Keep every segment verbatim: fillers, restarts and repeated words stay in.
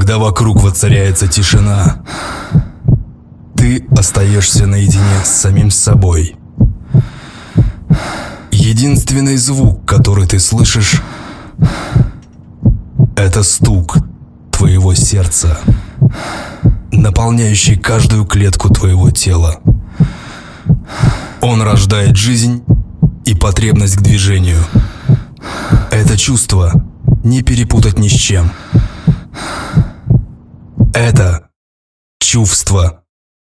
Когда вокруг воцаряется тишина, ты остаешься наедине с самим собой. Единственный звук, который ты слышишь, это стук твоего сердца, наполняющий каждую клетку твоего тела. Он рождает жизнь и потребность к движению. Это чувство не перепутать ни с чем. Это чувство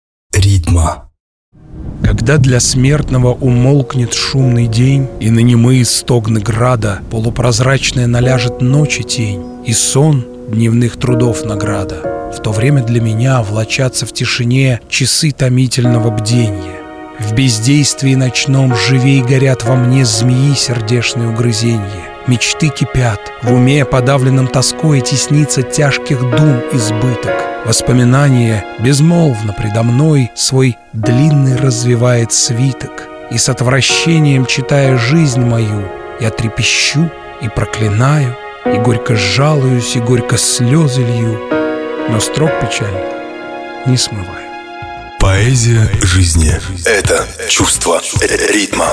ритма. Когда для смертного умолкнет шумный день, и на немые стогны града полупрозрачная наляжет ночи тень, и сон дневных трудов награда, в то время для меня влачатся в тишине часы томительного бденья. В бездействии ночном живей горят во мне змеи сердечные угрызенья. Мечты кипят, в уме подавленном тоской теснится тяжких дум избыток. Воспоминание безмолвно предо мной свой длинный развивает свиток. И с отвращением, читая жизнь мою, я трепещу и проклинаю, и горько жалуюсь, и горько слезы лью, но строк печальных не смываю. Поэзия жизни — это чувство ритма.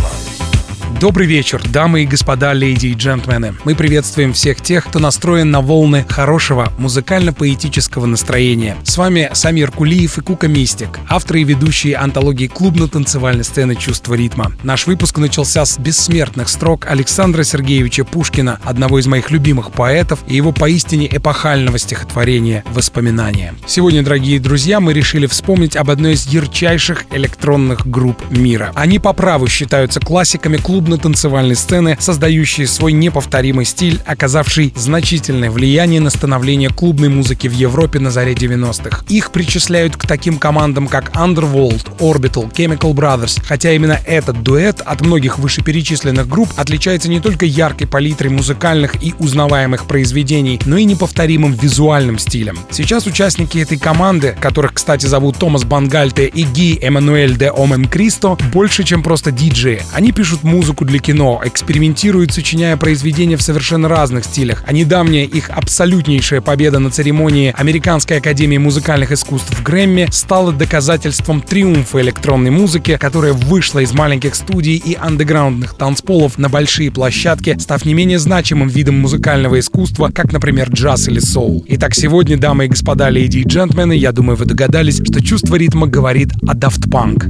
Добрый вечер, дамы и господа, леди и джентльмены. Мы приветствуем всех тех, кто настроен на волны хорошего музыкально-поэтического настроения. С вами Самир Кулиев и Кука Мистик, авторы и ведущие антологии клубно-танцевальной сцены «Чувство ритма». Наш выпуск начался с бессмертных строк Александра Сергеевича Пушкина, одного из моих любимых поэтов, и его поистине эпохального стихотворения «Воспоминания». Сегодня, дорогие друзья, мы решили вспомнить об одной из ярчайших электронных групп мира. Они по праву считаются классиками клубно танцевальной сцены, создающие свой неповторимый стиль, оказавший значительное влияние на становление клубной музыки в Европе на заре девяностых. Их причисляют к таким командам, как Underworld, Orbital, Chemical Brothers, хотя именно этот дуэт от многих вышеперечисленных групп отличается не только яркой палитрой музыкальных и узнаваемых произведений, но и неповторимым визуальным стилем. Сейчас участники этой команды, которых, кстати, зовут Томас Бангальте и Ги Эммануэль де Омен Кристо, больше, чем просто диджеи. Они пишут музыку для кино, экспериментируют, сочиняя произведения в совершенно разных стилях. А недавняя их абсолютнейшая победа на церемонии Американской академии музыкальных искусств Грэмми стала доказательством триумфа электронной музыки, которая вышла из маленьких студий и андеграундных танцполов на большие площадки, став не менее значимым видом музыкального искусства, как, например, джаз или соул. Итак, сегодня, дамы и господа, леди и джентльмены, я думаю, вы догадались, что чувство ритма говорит о Daft Punk.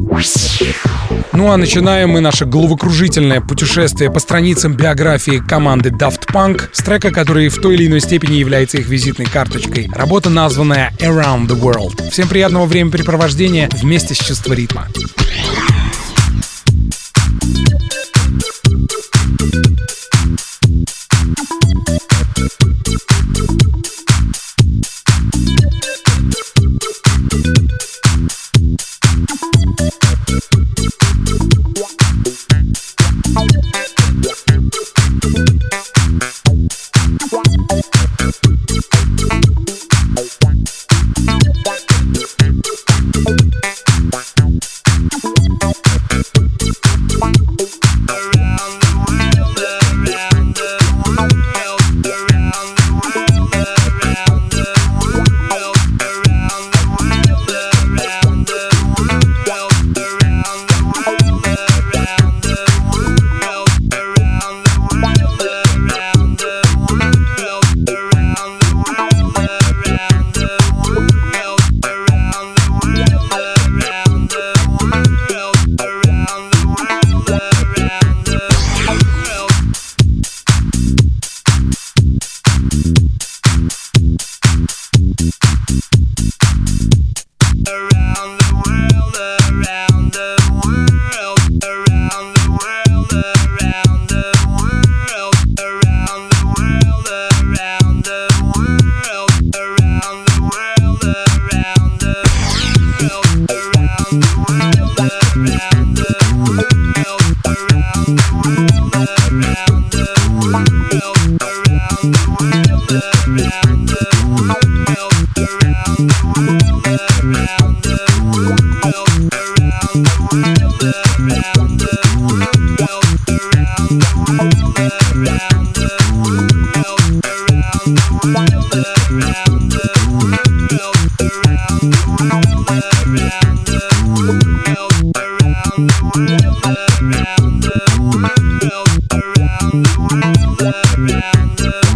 Ну а начинаем мы наше головокружительное путешествие по страницам биографии команды Daft Punk с трека, который в той или иной степени является их визитной карточкой. Работа, названная Around the World. Всем приятного времяпрепровождения вместе с чувство ритма.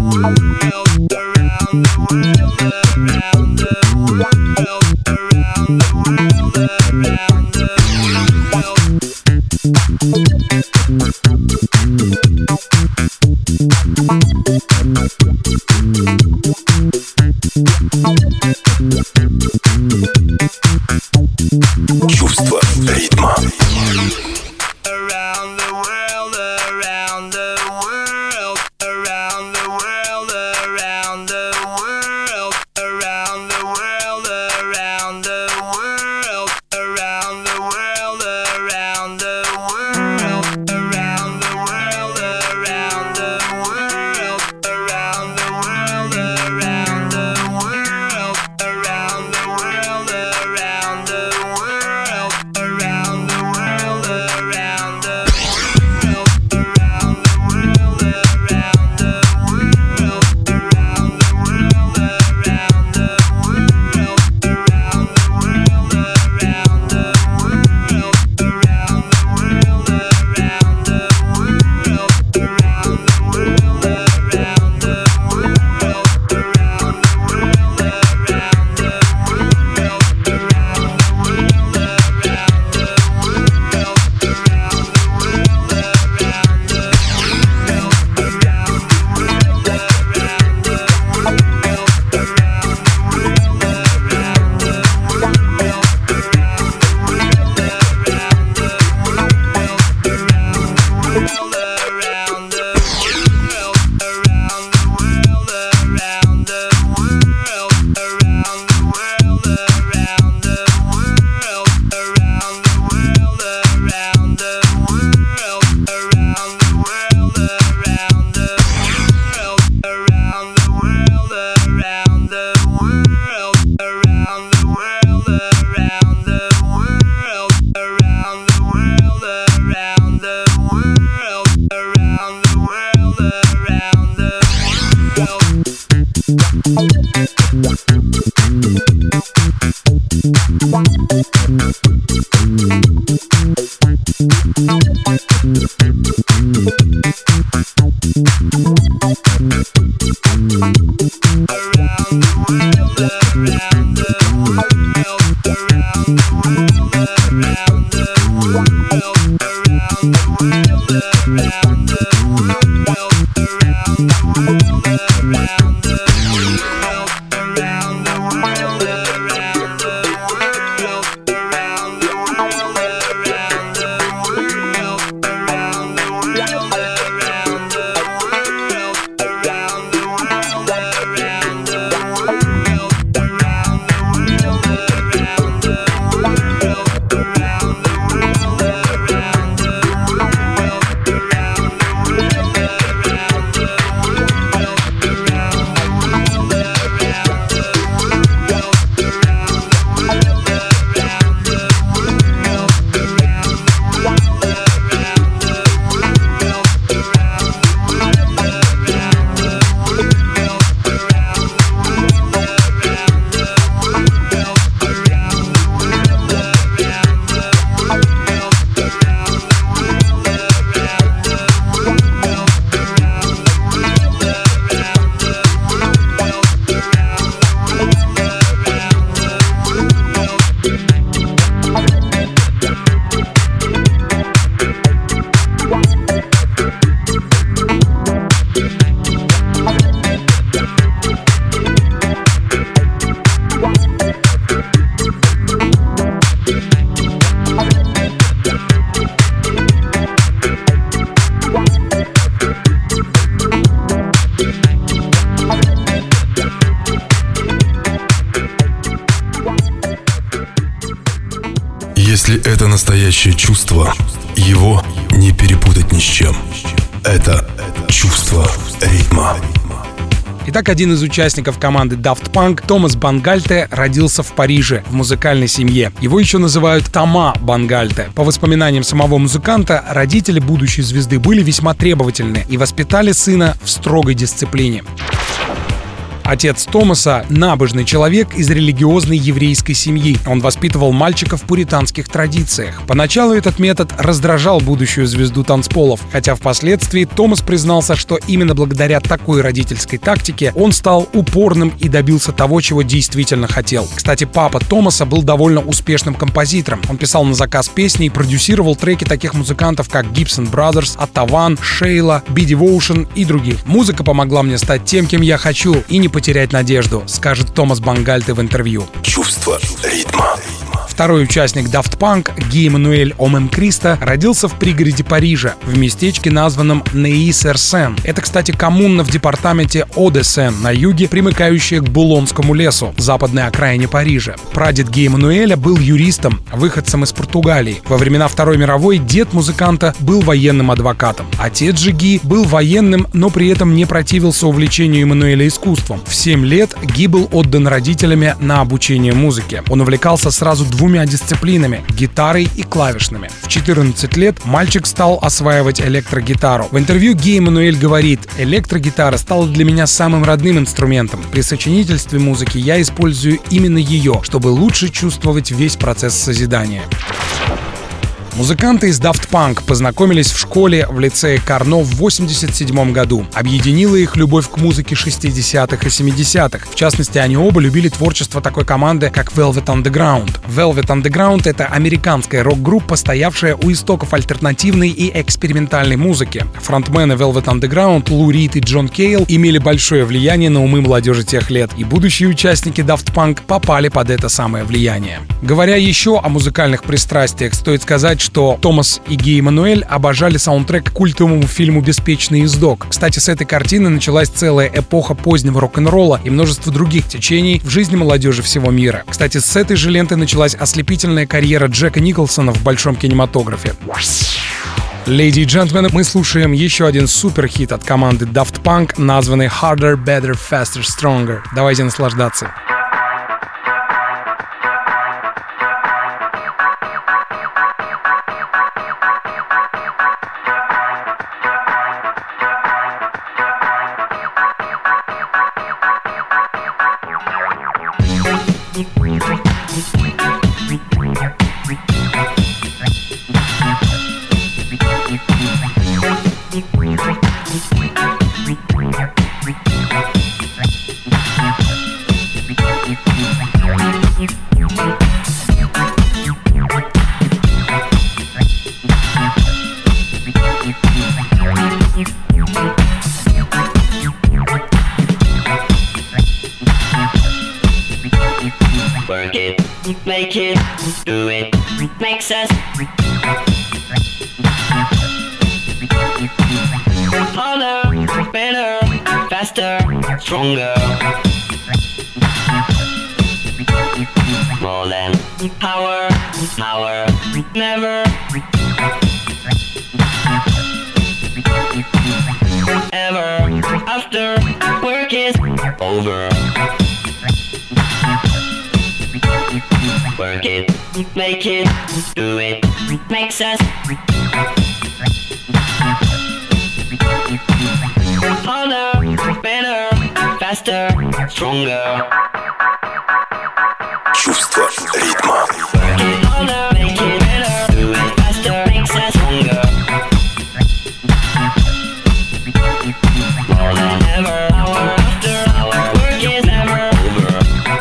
Чувство ритма. Если это настоящее чувство, его не перепутать ни с чем. Это чувство ритма. Итак, один из участников команды Daft Punk, Томас Бангальте, родился в Париже в музыкальной семье. Его еще называют Тома Бангальте. По воспоминаниям самого музыканта, родители будущей звезды были весьма требовательны и воспитали сына в строгой дисциплине. Отец Томаса — набожный человек из религиозной еврейской семьи. Он воспитывал мальчика в пуританских традициях. Поначалу этот метод раздражал будущую звезду танцполов, хотя впоследствии Томас признался, что именно благодаря такой родительской тактике он стал упорным и добился того, чего действительно хотел. Кстати, папа Томаса был довольно успешным композитором. Он писал на заказ песни и продюсировал треки таких музыкантов, как Gibson Brothers, Атаван, Шейла, Би Devotion и других. «Музыка помогла мне стать тем, кем я хочу, и не потерять надежду», скажет Томас Бангальте в интервью. Чувство ритма. Второй участник Daft Punk, Ги Эммануэль Омем Криста, родился в пригороде Парижа, в местечке, названном Неи-Сер-Сен. Это, кстати, коммуна в департаменте О-де-Сен на юге, примыкающая к Булонскому лесу, западной окраине Парижа. Прадед Ги Эммануэля был юристом, выходцем из Португалии. Во времена Второй мировой дед музыканта был военным адвокатом. Отец же Ги был военным, но при этом не противился увлечению Эммануэля искусством. В семь лет Ги был отдан родителями на обучение музыке. Он увлекался сразу двумя дисциплинами — гитарой и клавишными. В четырнадцать лет мальчик стал осваивать электрогитару. В интервью Ги Эммануэль говорит: «Электрогитара стала для меня самым родным инструментом. При сочинительстве музыки я использую именно ее, чтобы лучше чувствовать весь процесс созидания». Музыканты из Daft Punk познакомились в школе в лицее Карно в восемьдесят седьмом году. Объединила их любовь к музыке шестидесятых и семидесятых. В частности, они оба любили творчество такой команды, как Velvet Underground. Velvet Underground — это американская рок-группа, стоявшая у истоков альтернативной и экспериментальной музыки. Фронтмены Velvet Underground Лу Рид и Джон Кейл имели большое влияние на умы молодежи тех лет, и будущие участники Daft Punk попали под это самое влияние. Говоря еще о музыкальных пристрастиях, стоит сказать, что Томас и Ги Эммануэль обожали саундтрек к культовому фильму «Беспечный ездок». Кстати, с этой картины началась целая эпоха позднего рок-н-ролла и множество других течений в жизни молодежи всего мира. Кстати, с этой же ленты началась ослепительная карьера Джека Николсона в большом кинематографе. Леди и джентльмены, мы слушаем еще один суперхит от команды Daft Punk, названный Harder, Better, Faster, Stronger. Давайте наслаждаться. Work it, make it, do it, makes us harder, better, faster, stronger. More than power, power, never, ever, after work is over. Work it, make it, do it, makes us harder, better, faster, stronger. Чувство ритма. Work it harder, make it better, do it faster, makes us stronger. More than ever, hour after hour, work is never over.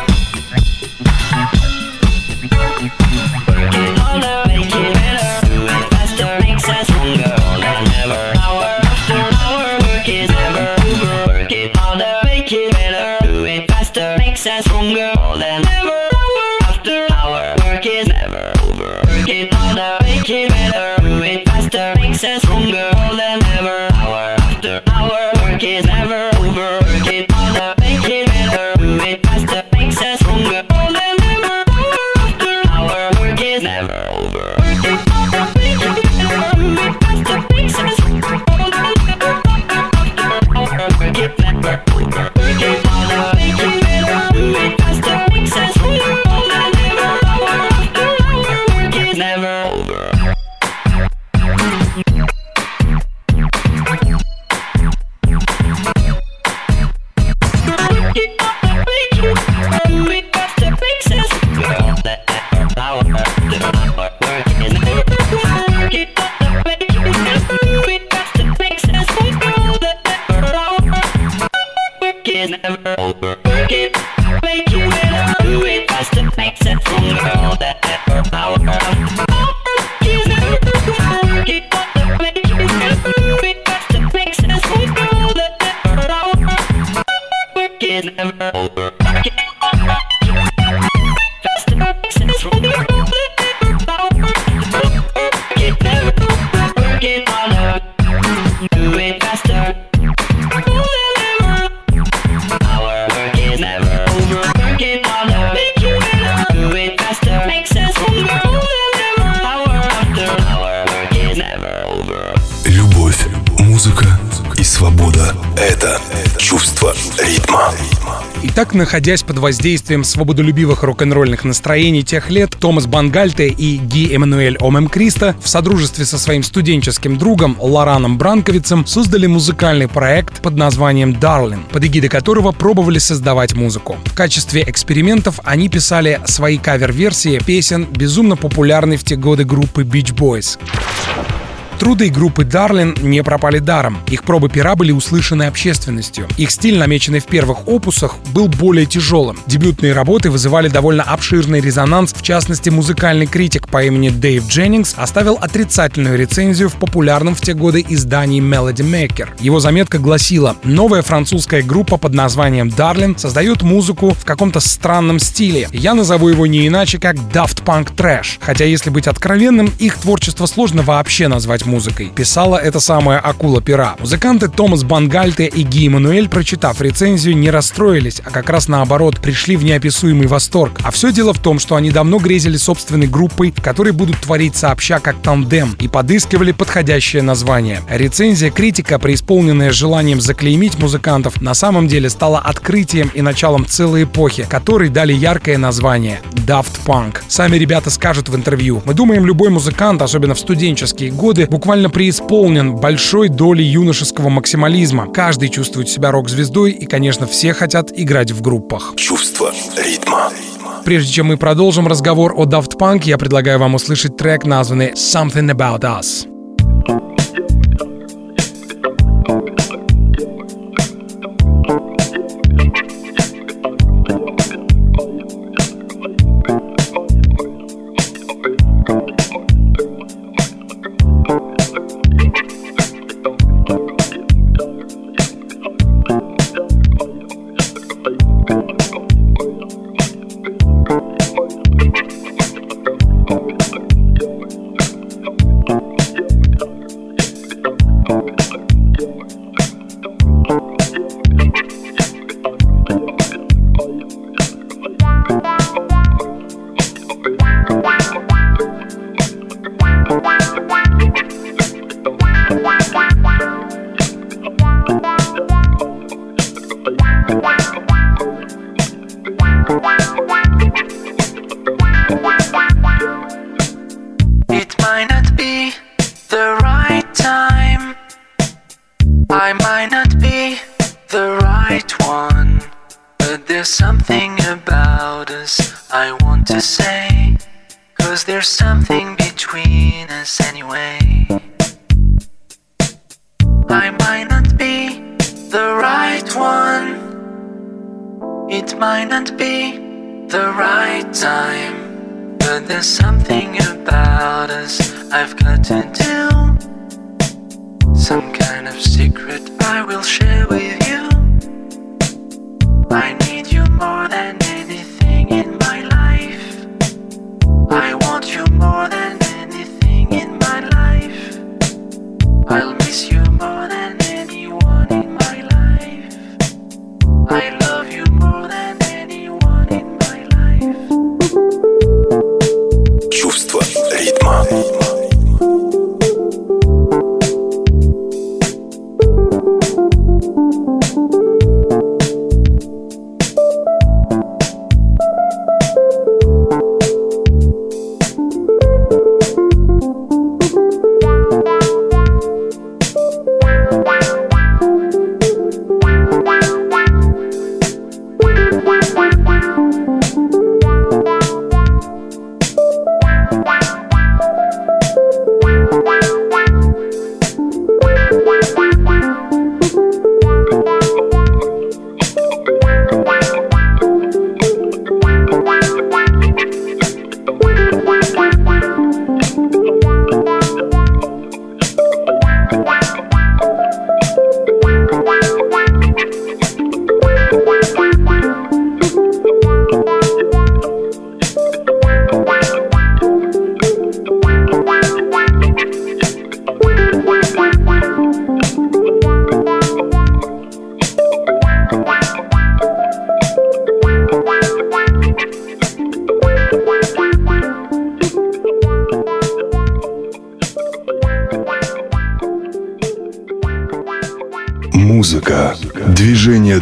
Work it harder, make it better, do it faster, makes us stronger. More than ever, hour after hour, work is never over. Work it harder, make it better, do it faster, makes us stronger. More than ever, hour after hour, work is never over. Work it harder, make it better, do it faster, makes us stronger. More than ever, hour after hour, work is never over. Work it harder, make it better, do it faster, makes us stronger. More than ever, hour after hour, work is never over. Work it harder, make it better, do it faster, makes us stronger. More than ever, hour after hour, work is never over. Work it harder, make it better, do it faster, makes us stronger. More than ever, hour after hour, work is never over. Любовь, музыка и свобода — это чувство ритма. Итак, находясь под воздействием свободолюбивых рок-н-ролльных настроений тех лет, Томас Бангальте и Ги Эммануэль Омемкриста в содружестве со своим студенческим другом Лораном Бранковицем создали музыкальный проект под названием «Darlin», под эгидой которого пробовали создавать музыку. В качестве экспериментов они писали свои кавер-версии песен безумно популярной в те годы группы Beach Boys. Труды группы Darlin не пропали даром. Их пробы пера были услышаны общественностью. Их стиль, намеченный в первых опусах, был более тяжелым. Дебютные работы вызывали довольно обширный резонанс. В частности, музыкальный критик по имени Дэйв Дженнингс оставил отрицательную рецензию в популярном в те годы издании Melody Maker. Его заметка гласила: «Новая французская группа под названием Darlin создает музыку в каком-то странном стиле. Я назову его не иначе, как Daft Punk Trash. Хотя, если быть откровенным, их творчество сложно вообще назвать музыкой», писала эта самая акула пера. Музыканты Томас Бангальте и Ги Эммануэль, прочитав рецензию, не расстроились, а как раз наоборот, пришли в неописуемый восторг. А все дело в том, что они давно грезили собственной группой, в которой будут творить сообща как тандем, и подыскивали подходящее название. Рецензия критика, преисполненная желанием заклеймить музыкантов, на самом деле стала открытием и началом целой эпохи, которой дали яркое название — Daft Punk. Сами ребята скажут в интервью: «Мы думаем, любой музыкант, особенно в студенческие годы, буквально преисполнен большой долей юношеского максимализма. Каждый чувствует себя рок-звездой, и, конечно, все хотят играть в группах». Чувство ритма. Прежде чем мы продолжим разговор о Daft Punk, я предлагаю вам услышать трек, названный «Something About Us».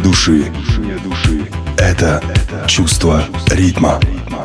души. Это чувство ритма.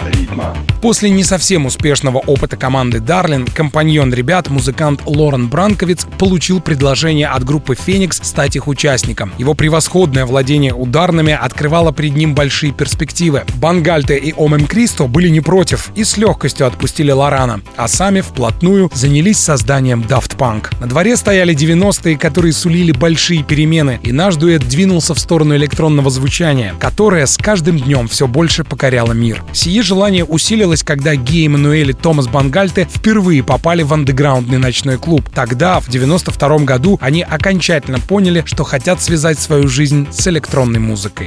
После не совсем успешного опыта команды Darlin, компаньон ребят, музыкант Лорен Бранковиц, получил предложение от группы Phoenix стать их участником. Его превосходное владение ударными открывало перед ним большие перспективы. Бангальте и Омем Кристо были не против и с легкостью отпустили Лорана, а сами вплотную занялись созданием Daft Punk. На дворе стояли девяностые, которые сулили большие перемены, и наш дуэт двинулся в сторону электронного звучания, которое с каждым днем все больше покоряло мир. Сие желание усилилось, когда Гей Эммануэль и Томас Бангальте впервые попали в андеграундный ночной клуб. Тогда, в девяносто втором году, они окончательно поняли, что хотят связать свою жизнь с электронной музыкой.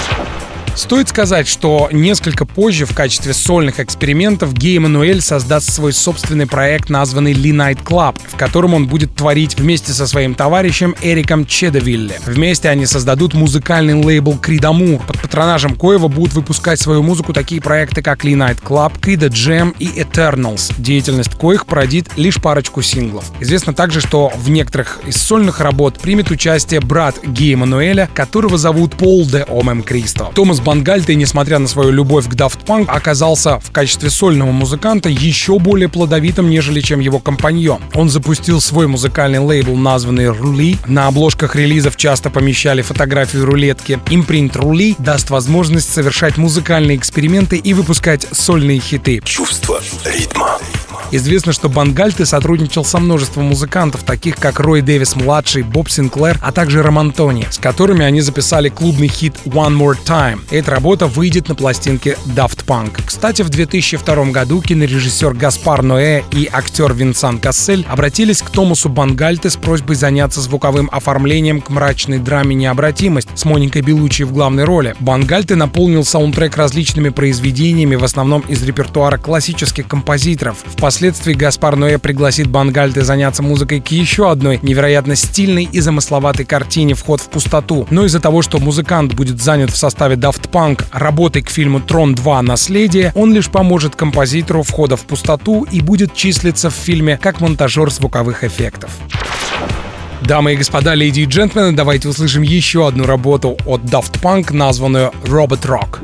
Стоит сказать, что несколько позже в качестве сольных экспериментов Гей Эммануэль создаст свой собственный проект, названный Lee Night Club, в котором он будет творить вместе со своим товарищем Эриком Чедевилле. Вместе они создадут музыкальный лейбл Creed Amour, под патронажем коего будут выпускать свою музыку такие проекты, как Lee Night Club, Creed Jam и Eternals, деятельность коих породит лишь парочку синглов. Известно также, что в некоторых из сольных работ примет участие брат Гей Эммануэля, которого зовут Пол де Омем Кристо. Томас Бангальте, несмотря на свою любовь к Daft Punk, оказался в качестве сольного музыканта еще более плодовитым, нежели чем его компаньон. Он запустил свой музыкальный лейбл, названный Рули. На обложках релизов часто помещали фотографию рулетки. Импринт Рули даст возможность совершать музыкальные эксперименты и выпускать сольные хиты. Чувство ритма. Известно, что Бангальте сотрудничал со множеством музыкантов, таких как Рой Дэвис-младший, Боб Синклер, а также Роман Тони, с которыми они записали клубный хит «One More Time». Эта работа выйдет на пластинке Daft Punk. Кстати, в две тысячи втором году кинорежиссер Гаспар Ноэ и актер Винсан Кассель обратились к Томасу Бангальте с просьбой заняться звуковым оформлением к мрачной драме «Необратимость» с Моникой Белуччи в главной роли. Бангальте наполнил саундтрек различными произведениями, в основном из репертуара классических композиторов. Впоследствии Гаспар Ноэ пригласит Бангальте заняться музыкой к еще одной невероятно стильной и замысловатой картине «Вход в пустоту». Но из-за того, что музыкант будет занят в составе Daft Punk работой к фильму «Трон два. Наследие», он лишь поможет композитору «Входа в пустоту» и будет числиться в фильме как монтажер звуковых эффектов. Дамы и господа, леди и джентльмены, давайте услышим еще одну работу от Daft Punk, названную «Robot Rock».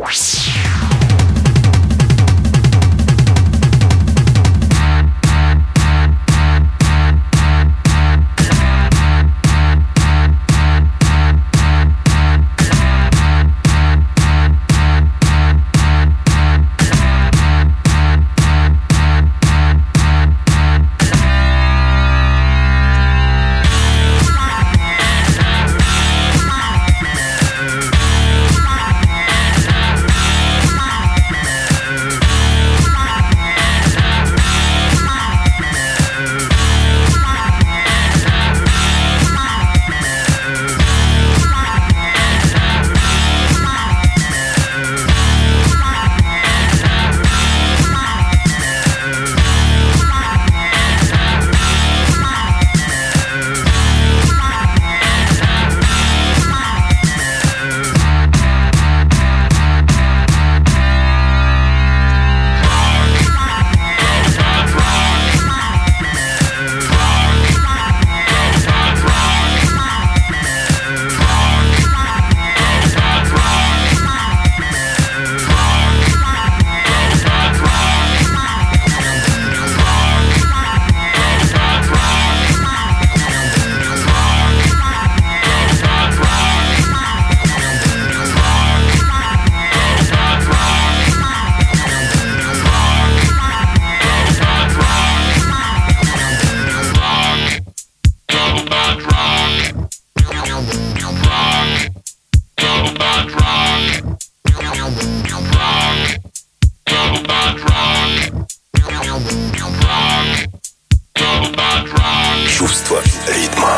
Чувство ритма.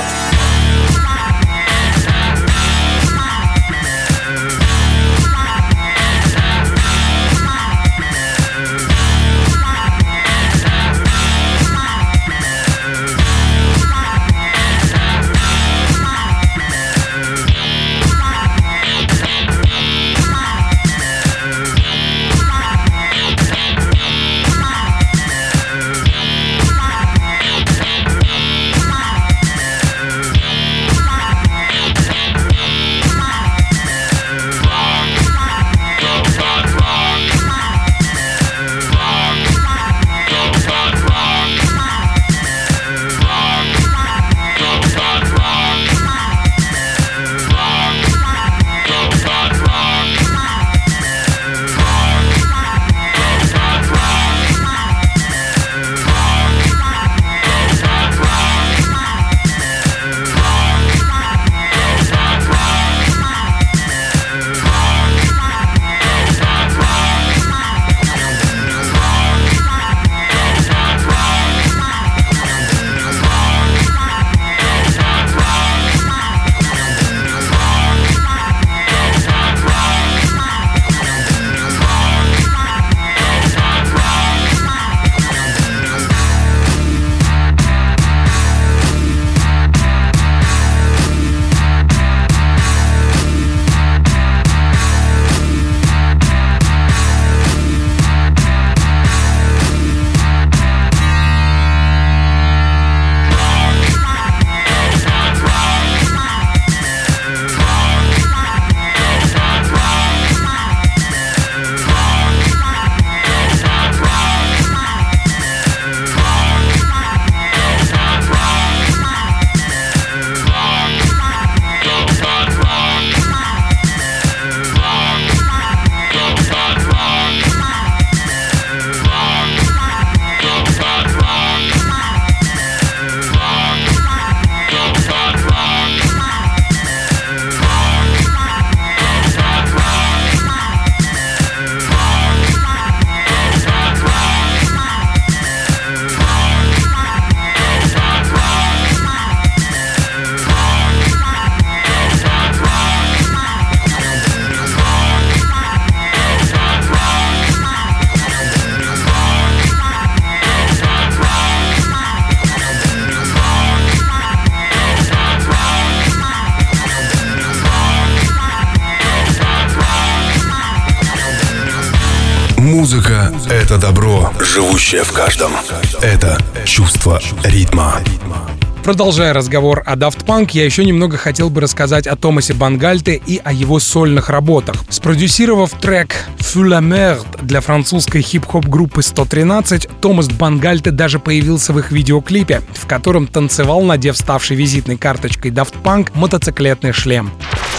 Музыка — это добро, живущее в каждом. Это чувство ритма. Продолжая разговор о Daft Punk, я еще немного хотел бы рассказать о Томасе Бангальте и о его сольных работах. Спродюсировав трек «Fous la merde» для французской хип-хоп группы сто тринадцать, Томас Бангальте даже появился в их видеоклипе, в котором танцевал, надев ставший визитной карточкой Daft Punk мотоциклетный шлем.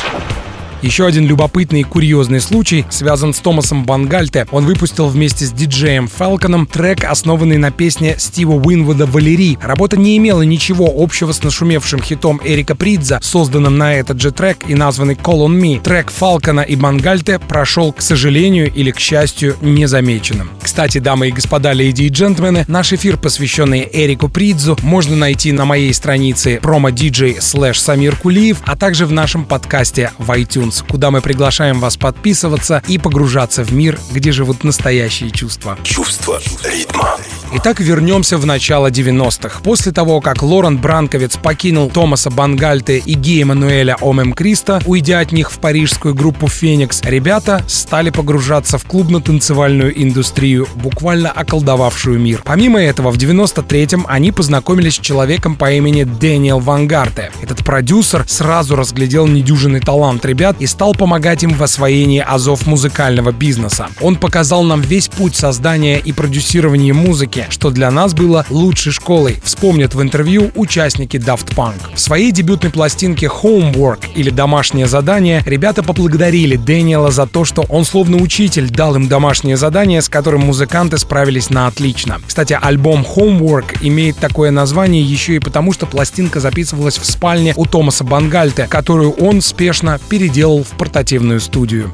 Еще один любопытный и курьезный случай связан с Томасом Бангальте. Он выпустил вместе с диджеем Фалконом трек, основанный на песне Стива Уинвуда «Валери». Работа не имела ничего общего с нашумевшим хитом Эрика Придза, созданным на этот же трек и названный «Call on Me». Трек Фалкона и Бангальте прошел, к сожалению или к счастью, незамеченным. Кстати, дамы и господа, леди и джентльмены, наш эфир, посвященный Эрику Придзу, можно найти на моей странице промо-диджей слэш Самир Кулиев, а также в нашем подкасте в iTunes, куда мы приглашаем вас подписываться и погружаться в мир, где живут настоящие чувства. Чувство ритма. Итак, вернемся в начало девяностых. После того, как Лорен Бранковиц покинул Томаса Бангальте и Ги Эммануэля Омем Криста, уйдя от них в парижскую группу «Феникс», ребята стали погружаться в клубно-танцевальную индустрию, буквально околдовавшую мир. Помимо этого, в девяносто третьем они познакомились с человеком по имени Дэниел Вангарте. Этот продюсер сразу разглядел недюжинный талант ребят и стал помогать им в освоении азов музыкального бизнеса. Он показал нам весь путь создания и продюсирования музыки, что для нас было лучшей школой, вспомнят в интервью участники Daft Punk. В своей дебютной пластинке Homework, или «Домашнее задание», ребята поблагодарили Дэниела за то, что он словно учитель дал им домашнее задание, с которым музыканты справились на отлично. Кстати, альбом Homework имеет такое название еще и потому, что пластинка записывалась в спальне у Томаса Бангальте, которую он спешно переделал в портативную студию.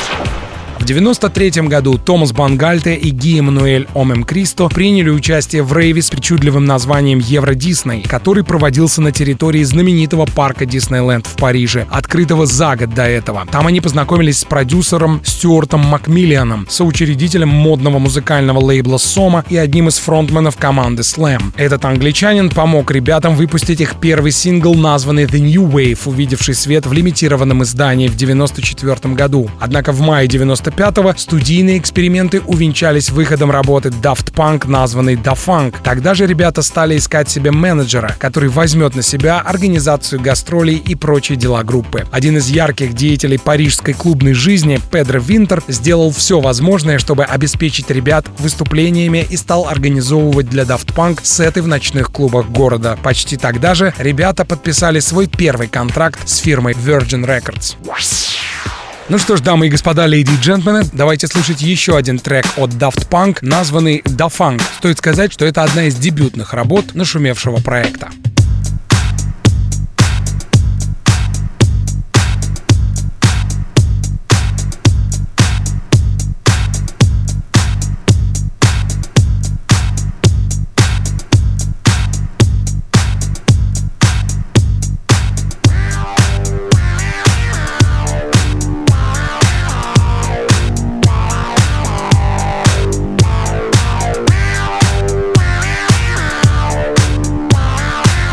В девяносто третьем году Томас Бангальте и Ги Эммануэль Омем Кристо приняли участие в рейве с причудливым названием Евро Дисней, который проводился на территории знаменитого парка Диснейленд в Париже, открытого за год до этого. Там они познакомились с продюсером Стюартом Макмиллианом, соучредителем модного музыкального лейбла Soma и одним из фронтменов команды Slam. Этот англичанин помог ребятам выпустить их первый сингл, названный The New Wave, увидевший свет в лимитированном издании в девяносто четвёртом году. Однако в мае девяносто пятого студийные эксперименты увенчались выходом работы Daft Punk, названной Da Funk. Тогда же ребята стали искать себе менеджера, который возьмет на себя организацию гастролей и прочие дела группы. Один из ярких деятелей парижской клубной жизни, Педро Винтер, сделал все возможное, чтобы обеспечить ребят выступлениями и стал организовывать для Daft Punk сеты в ночных клубах города. Почти тогда же ребята подписали свой первый контракт с фирмой Virgin Records. Ну что ж, дамы и господа, леди и джентльмены, давайте слушать еще один трек от Daft Punk, названный Da Funk. Стоит сказать, что это одна из дебютных работ нашумевшего проекта. Wow.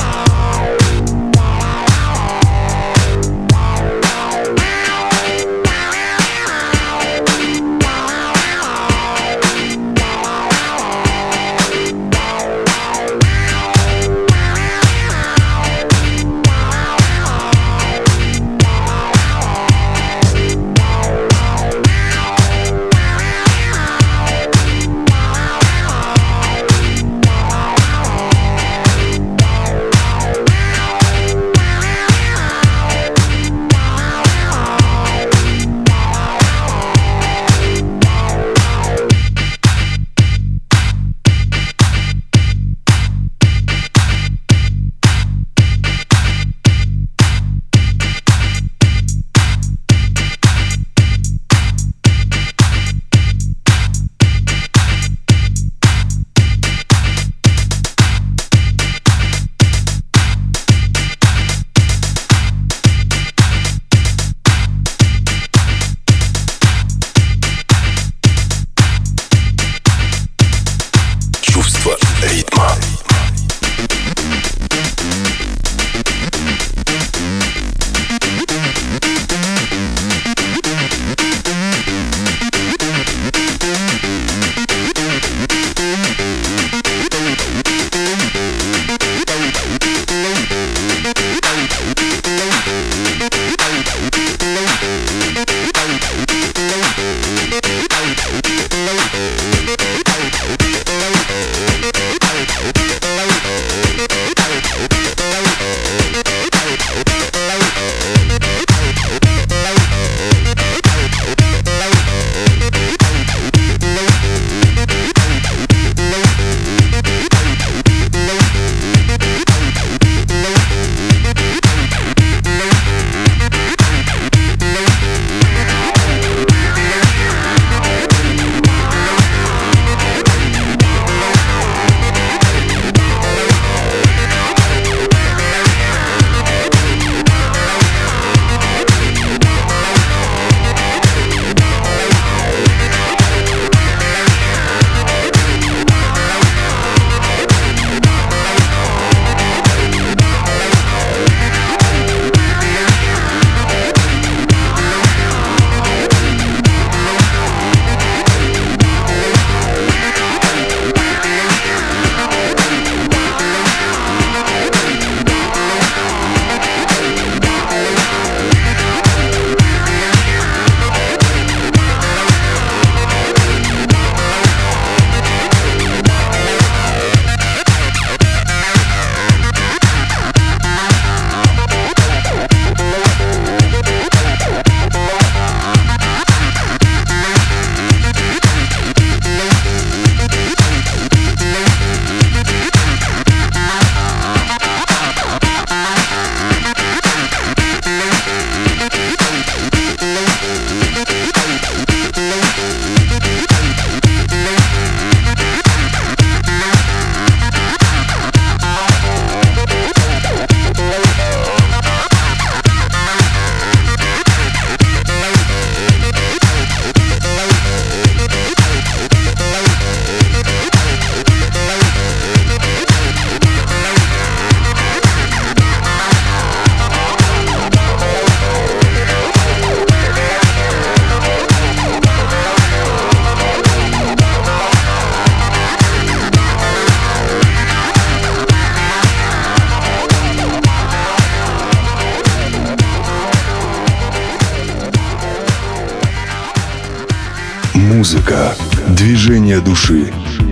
Музыка, движение души.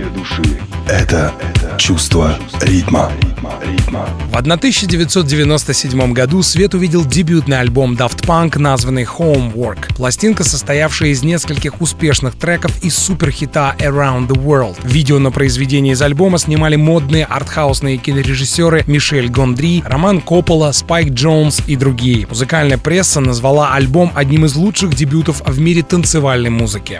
Это чувство ритма. В тысяча девятьсот девяносто седьмом году свет увидел дебютный альбом Daft Punk, названный Homework. Пластинка, состоявшая из нескольких успешных треков из суперхита Around the World. Видео на произведение из альбома снимали модные артхаусные кинорежиссеры Мишель Гондри, Роман Коппола, Спайк Джонс и другие. Музыкальная пресса назвала альбом одним из лучших дебютов в мире танцевальной музыки.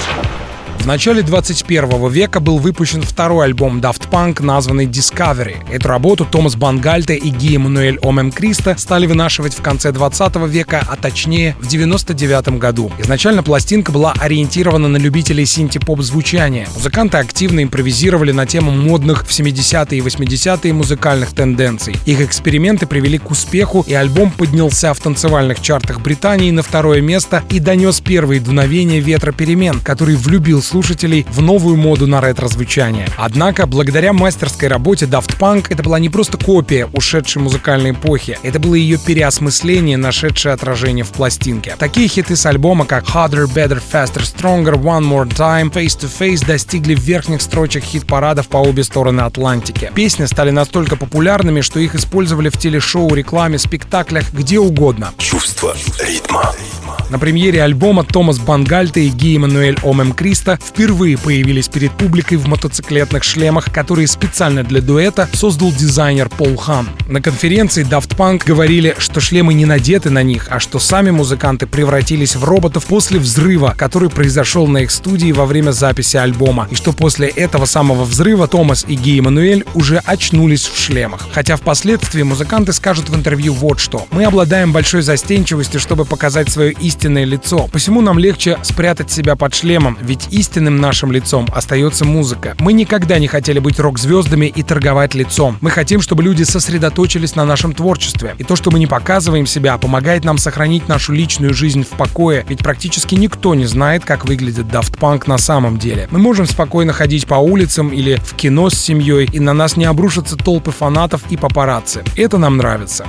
В начале двадцать первого века был выпущен второй альбом Daft Punk, названный Discovery. Эту работу Томас Бангальте и Ги Эммануэль Омем Криста стали вынашивать в конце двадцатого века, а точнее в девяносто девятом году. Изначально пластинка была ориентирована на любителей синти-поп звучания. Музыканты активно импровизировали на тему модных в семидесятые и восьмидесятые музыкальных тенденций. Их эксперименты привели к успеху, и альбом поднялся в танцевальных чартах Британии на второе место и донес первые дуновения ветра перемен, который влюбил слушателей в новую моду на ретро-звучание. Однако, благодаря мастерской работе Daft Punk, это была не просто копия ушедшей музыкальной эпохи, это было ее переосмысление, нашедшее отражение в пластинке. Такие хиты с альбома, как Harder, Better, Faster, Stronger, One More Time, Face to Face достигли верхних строчек хит-парадов по обе стороны Атлантики. Песни стали настолько популярными, что их использовали в телешоу, рекламе, спектаклях, где угодно. Чувство ритма. На премьере альбома Томас Бангальте и Ги Эммануэль Омем Криста впервые появились перед публикой в мотоциклетных шлемах, которые специально для дуэта создал дизайнер Пол Хан. На конференции Daft Punk говорили, что шлемы не надеты на них, а что сами музыканты превратились в роботов после взрыва, который произошел на их студии во время записи альбома, и что после этого самого взрыва Томас и Ги Эммануэль уже очнулись в шлемах. Хотя впоследствии музыканты скажут в интервью вот что: «Мы обладаем большой застенчивостью, чтобы показать свое истинное лицо, посему нам легче спрятать себя под шлемом, ведь истинным нашим лицом остается музыка. Мы никогда не хотели быть рок-звездами и торговать лицом. Мы хотим, чтобы люди сосредоточились на нашем творчестве. И то, что мы не показываем себя, помогает нам сохранить нашу личную жизнь в покое, ведь практически никто не знает, как выглядит Daft Punk на самом деле. Мы можем спокойно ходить по улицам или в кино с семьей, и на нас не обрушатся толпы фанатов и папарацци. Это нам нравится».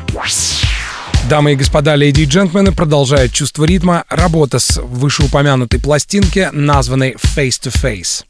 Дамы и господа, леди и джентльмены, продолжает чувство ритма работа с вышеупомянутой пластинки, названной Face to Face.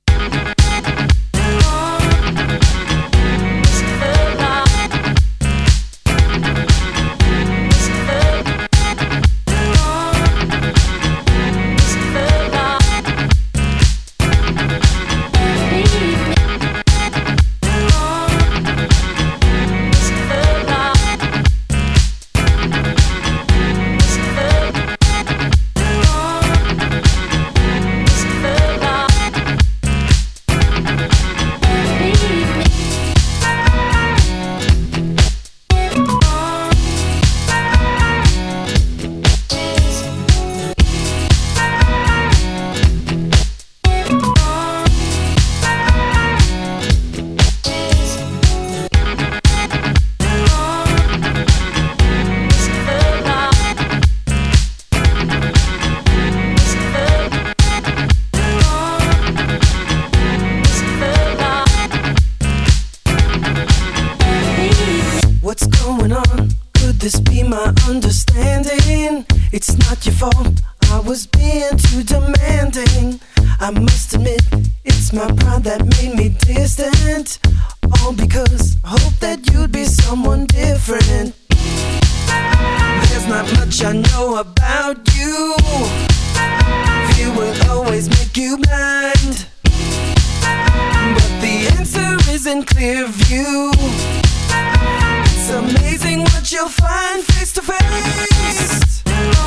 this be my understanding? It's not your fault, I was being too demanding. I must admit, it's my pride that made me distant. All because I hope that you'd be someone different. There's not much I know about you. Fear will always make you blind. But the answer is in clear view. It's amazing what you'll find face to face.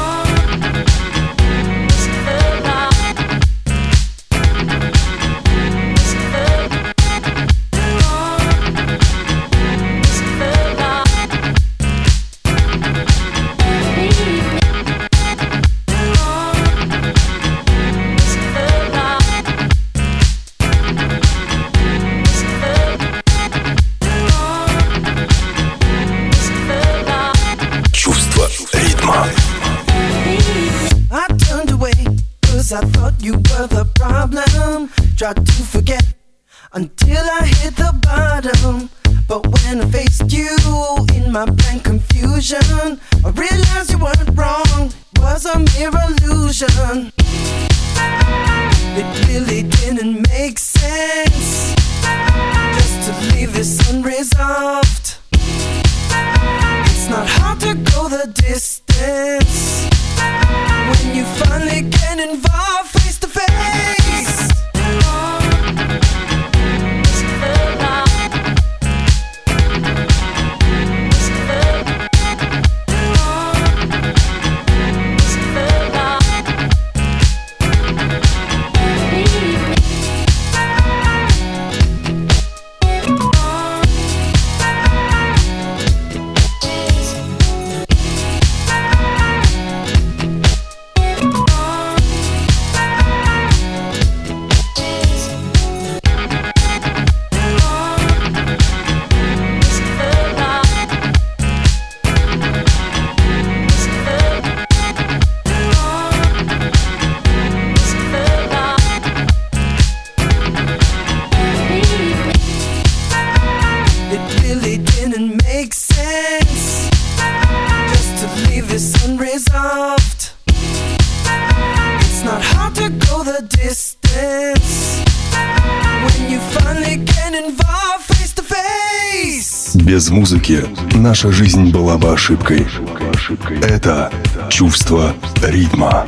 I thought you were the problem. Tried to forget until I hit the bottom. But when I faced you in my blank confusion, I realized you weren't wrong. It was a mere illusion. It's not hard to go the distance when you finally get involved face to face. Без музыки наша жизнь была бы ошибкой. Это чувство ритма.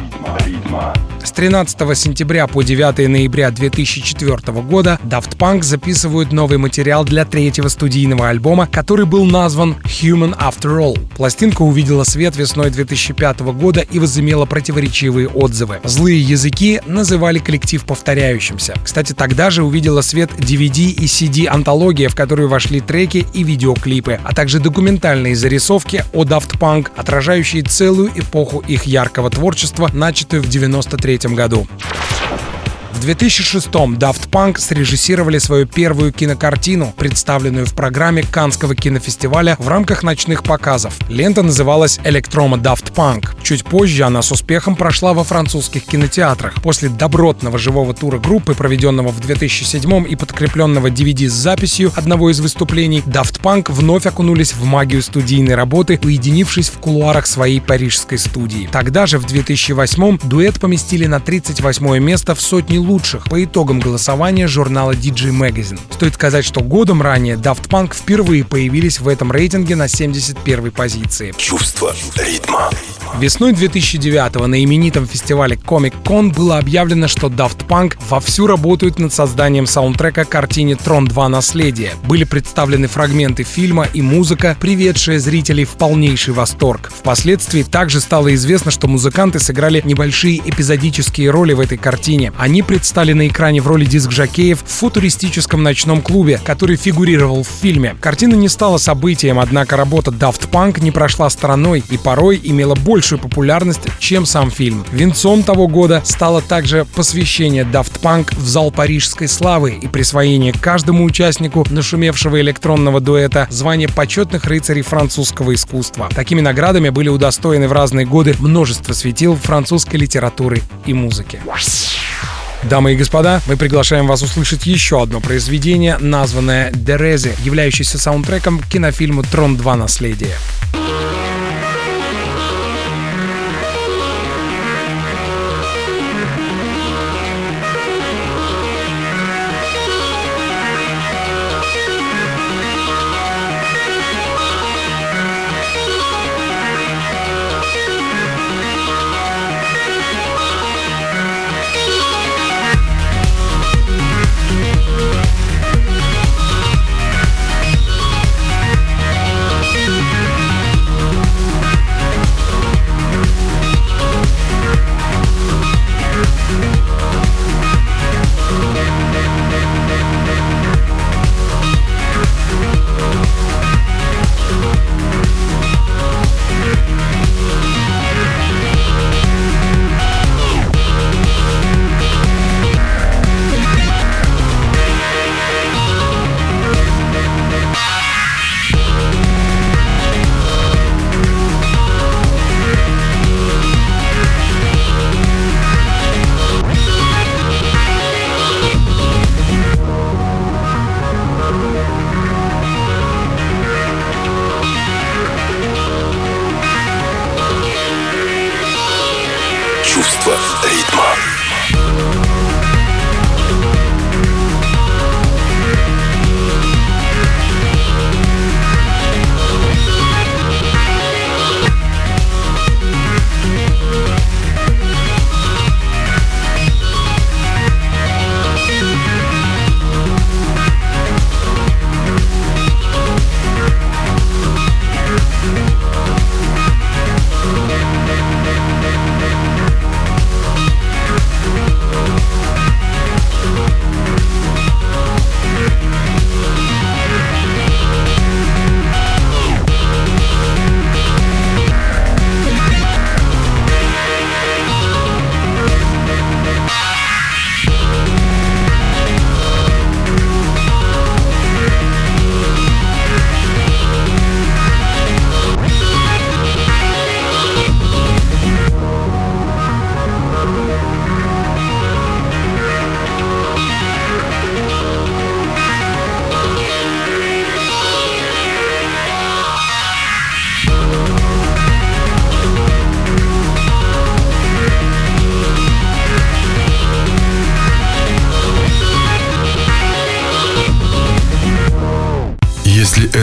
С тринадцатого сентября по девятого ноября две тысячи четвёртого года Daft Punk записывают новый материал для третьего студийного альбома, который был назван Human After All. Пластинка увидела свет весной две тысячи пятого года и возымела противоречивые отзывы. Злые языки называли коллектив повторяющимся. Кстати, тогда же увидела свет ди ви ди и си ди-антология, в которую вошли треки и видеоклипы, а также документальные зарисовки о Daft Punk, отражающие целую эпоху их яркого творчества, начатую в девяносто третьем году. В две тысячи шестом Daft Punk срежиссировали свою первую кинокартину, представленную в программе Каннского кинофестиваля в рамках ночных показов. Лента называлась «Electroma Daft Punk». Чуть позже она с успехом прошла во французских кинотеатрах. После добротного живого тура группы, проведенного в две тысячи седьмом и подкрепленного ди ви ди с записью одного из выступлений, Daft Punk вновь окунулись в магию студийной работы, уединившись в кулуарах своей парижской студии. Тогда же, в две тысячи восьмом, дуэт поместили на тридцать восьмое место в сотне лучших по итогам голосования журнала ди джей Magazine. Стоит сказать, что годом ранее Daft Punk впервые появились в этом рейтинге на семьдесят первой позиции. Чувство ритма. Весной две тысячи девятого на именитом фестивале Comic-Con было объявлено, что Daft Punk вовсю работают над созданием саундтрека к картине «Трон два. Наследие». Были представлены фрагменты фильма и музыка, приведшая зрителей в полнейший восторг. Впоследствии также стало известно, что музыканты сыграли небольшие эпизодические роли в этой картине. Они предстали на экране в роли диск-жокеев в футуристическом ночном клубе, который фигурировал в фильме. Картина не стала событием, однако работа Daft Punk не прошла стороной и порой имела большую популярность, чем сам фильм. Венцом того года стало также посвящение Daft Punk в зал парижской славы и присвоение каждому участнику нашумевшего электронного дуэта звания почетных рыцарей французского искусства. Такими наградами были удостоены в разные годы множество светил французской литературы и музыки. Дамы и господа, мы приглашаем вас услышать еще одно произведение, названное «Дерези», являющееся саундтреком к кинофильму «Трон два. Наследие».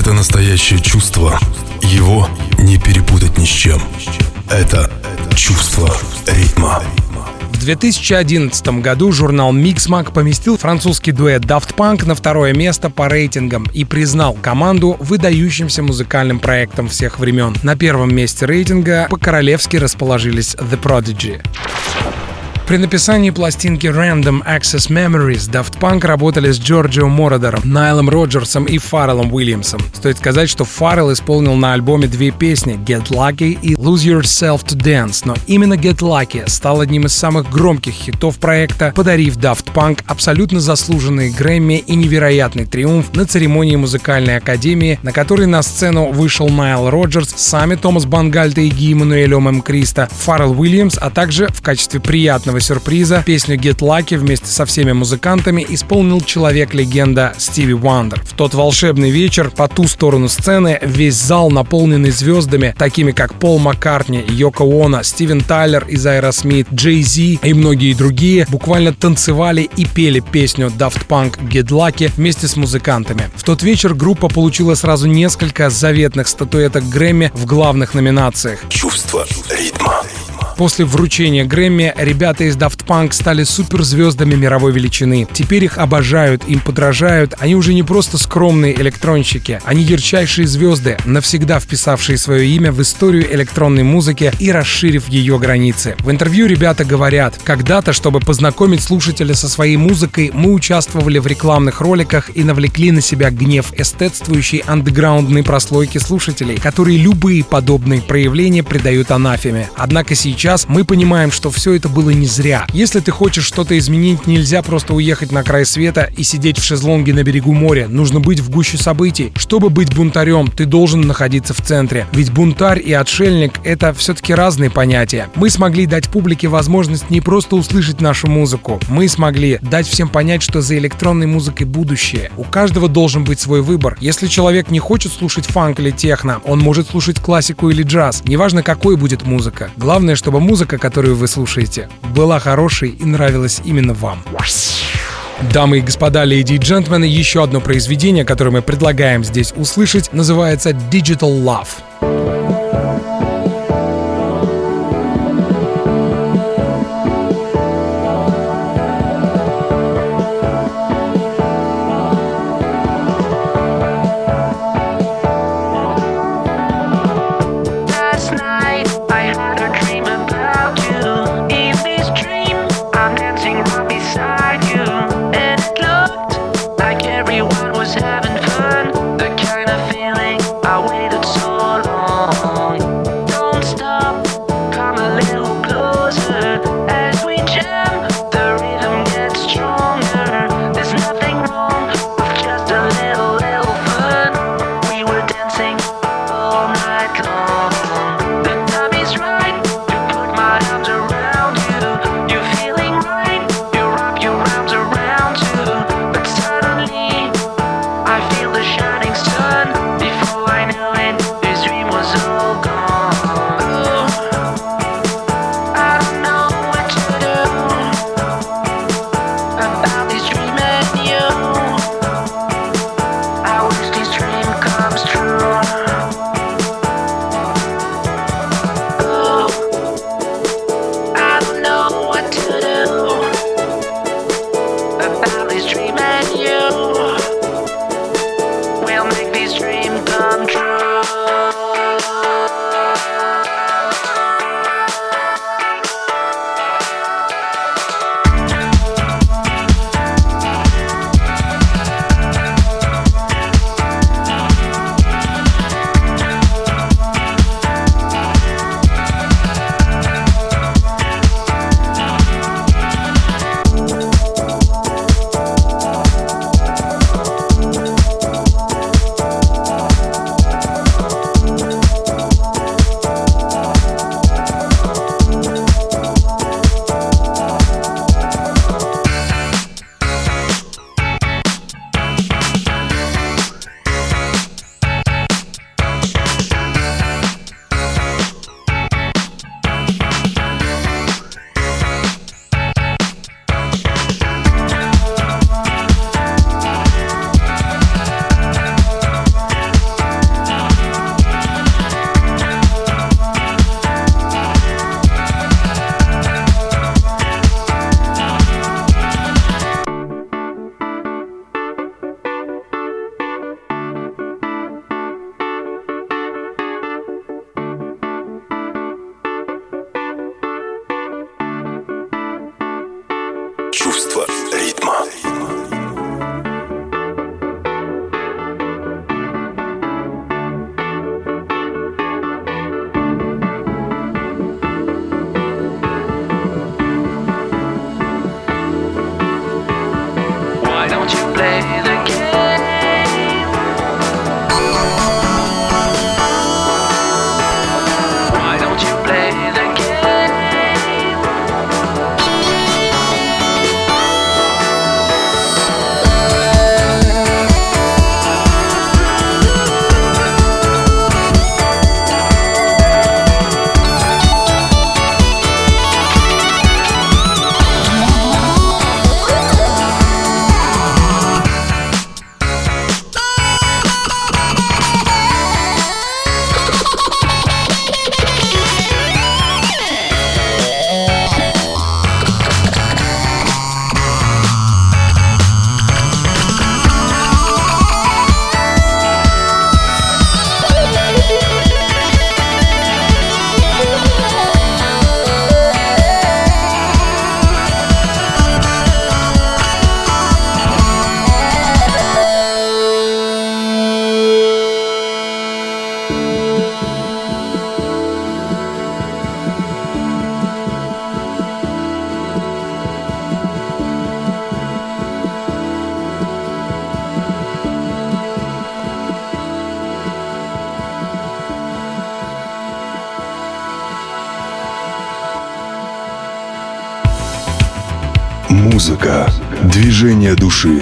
Это настоящее чувство. Его не перепутать ни с чем. Это чувство ритма. В две тысячи одиннадцатом году журнал Mixmag поместил французский дуэт Daft Punk на второе место по рейтингам и признал команду выдающимся музыкальным проектом всех времен. На первом месте рейтинга по-королевски расположились The Prodigy. При написании пластинки Random Access Memories Daft Punk работали с Джорджио Мородером, Найлом Роджерсом и Фарреллом Уильямсом. Стоит сказать, что Фаррелл исполнил на альбоме две песни Get Lucky и Lose Yourself to Dance, но именно Get Lucky стал одним из самых громких хитов проекта, подарив Daft Punk абсолютно заслуженные Грэмми и невероятный триумф на церемонии музыкальной академии, на которой на сцену вышел Найл Роджерс, сами Томас Бангальто и Ги Эммануэль Ом Криста, Фаррелл Уильямс, а также в качестве приятного сюрприза песню Get Lucky вместе со всеми музыкантами исполнил человек-легенда Стиви Уандер. В тот волшебный вечер по ту сторону сцены весь зал, наполненный звездами, такими как Пол Маккартни, Йоко Оно, Стивен Тайлер из Aerosmith, Джей Зи и многие другие, буквально танцевали и пели песню Daft Punk Get Lucky вместе с музыкантами. В тот вечер группа получила сразу несколько заветных статуэток Грэмми в главных номинациях. Чувство ритма. После вручения Грэмми ребята из Daft Punk стали суперзвездами мировой величины. Теперь их обожают, им подражают. Они уже не просто скромные электронщики. Они ярчайшие звезды, навсегда вписавшие свое имя в историю электронной музыки и расширив ее границы. В интервью ребята говорят: когда-то, чтобы познакомить слушателя со своей музыкой, мы участвовали в рекламных роликах и навлекли на себя гнев эстетствующей андеграундной прослойки слушателей, которые любые подобные проявления придают анафеме. Однако сейчас Сейчас мы понимаем, что все это было не зря. Если ты хочешь что-то изменить, нельзя просто уехать на край света и сидеть в шезлонге на берегу моря. Нужно быть в гуще событий. Чтобы быть бунтарем, ты должен находиться в центре. Ведь бунтарь и отшельник — это все-таки разные понятия. Мы смогли дать публике возможность не просто услышать нашу музыку. Мы смогли дать всем понять, что за электронной музыкой будущее. У каждого должен быть свой выбор. Если человек не хочет слушать фанк или техно, он может слушать классику или джаз. Неважно, какой будет музыка. Главное, чтобы музыка, которую вы слушаете, была хорошей и нравилась именно вам. Дамы и господа, леди и джентльмены, еще одно произведение, которое мы предлагаем здесь услышать, называется Digital Love. Everyone was having fun, the kind of feeling I waited so long. чувство ритма. Why don't you play the game? Why don't you play the game? Музыка, движение души.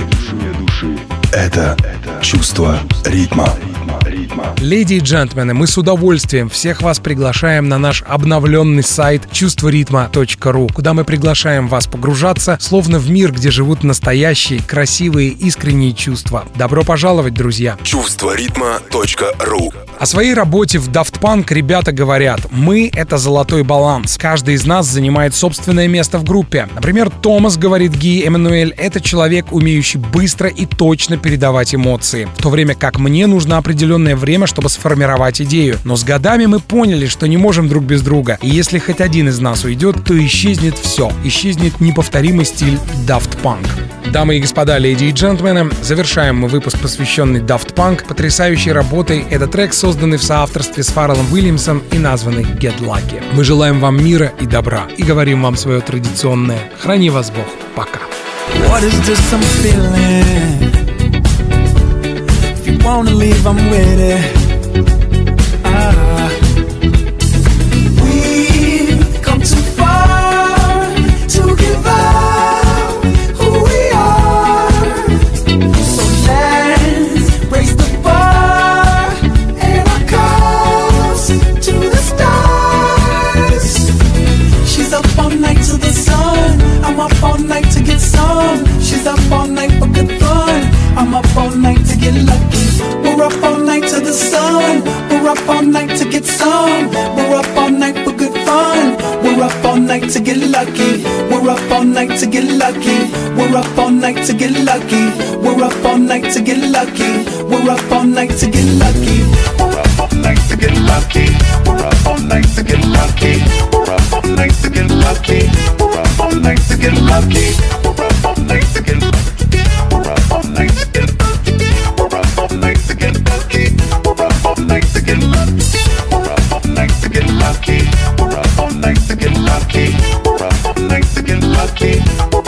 Это чувство ритма. Леди и джентльмены, мы с удовольствием всех вас приглашаем на наш обновленный сайт чувство ритма точка ру, куда мы приглашаем вас погружаться словно в мир, где живут настоящие, красивые, искренние чувства. Добро пожаловать, друзья! чувство ритма точка ру. О своей работе в Daft Punk ребята говорят: мы — это золотой баланс. Каждый из нас занимает собственное место в группе. Например, Томас, говорит Ги Эммануэль, это человек, умеющий быстро и точно передавать эмоции, в то время как мне нужно определенное время, чтобы сформировать идею. Но с годами мы поняли, что не можем друг без друга, и если хоть один из нас уйдет, то исчезнет все. Исчезнет неповторимый стиль Daft Punk. Дамы и господа, леди и джентльмены, завершаем мы выпуск, посвященный Daft Punk. Потрясающей работой этот трек, созданный в соавторстве с Фарреллом Уильямсом и названный Get Lucky. Мы желаем вам мира и добра и говорим вам свое традиционное: храни вас Бог. Пока. What is this I'm feeling? If you wanna leave, I'm with it. Ah. We've come too far to give up who we are. So let's raise the bar and our cups to the stars. She's up all night to the sun. I'm up all night to get some. She's up all night for good fun. I'm up all night to get lucky. We're up all night to the sun. We're up all night to get some. We're up all night for good fun. We're up all night to get lucky. We're up all night to get lucky. We're up all night to get lucky. We're up all night to get lucky. We're up all night to get lucky. We're up all night to get lucky. We're up all night to get lucky. We're up all night to get lucky. We're up all night to get lucky. We're up all night to get lucky. We're up all night to get lucky. We're up all night to get lucky. We're up all night to get lucky. We're up all night to get lucky. We're up all night to get lucky. We're up all night to get lucky.